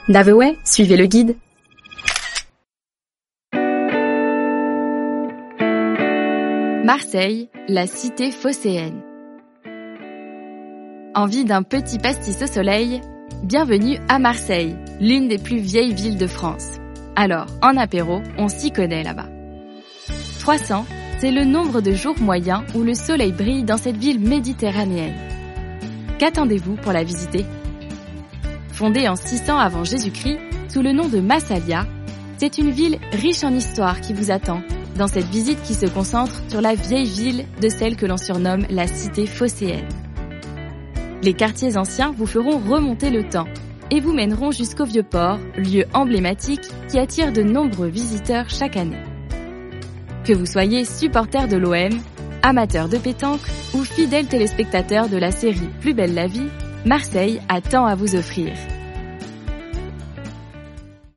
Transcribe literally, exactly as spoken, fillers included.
Daveway, suivez le guide. Marseille, la cité phocéenne. Envie d'un petit pastis au soleil? Bienvenue à Marseille, l'une des plus vieilles villes de France. Alors, en apéro, on s'y connaît là-bas. trois cents, c'est le nombre de jours moyens où le soleil brille dans cette ville méditerranéenne. Qu'attendez-vous pour la visiter? Fondée en six cents avant Jésus-Christ, sous le nom de Massalia, c'est une ville riche en histoire qui vous attend, dans cette visite qui se concentre sur la vieille ville de celle que l'on surnomme la cité phocéenne. Les quartiers anciens vous feront remonter le temps et vous mèneront jusqu'au Vieux-Port, lieu emblématique qui attire de nombreux visiteurs chaque année. Que vous soyez supporter de l'O M, amateur de pétanque ou fidèle téléspectateur de la série Plus belle la vie, Marseille a tant à vous offrir.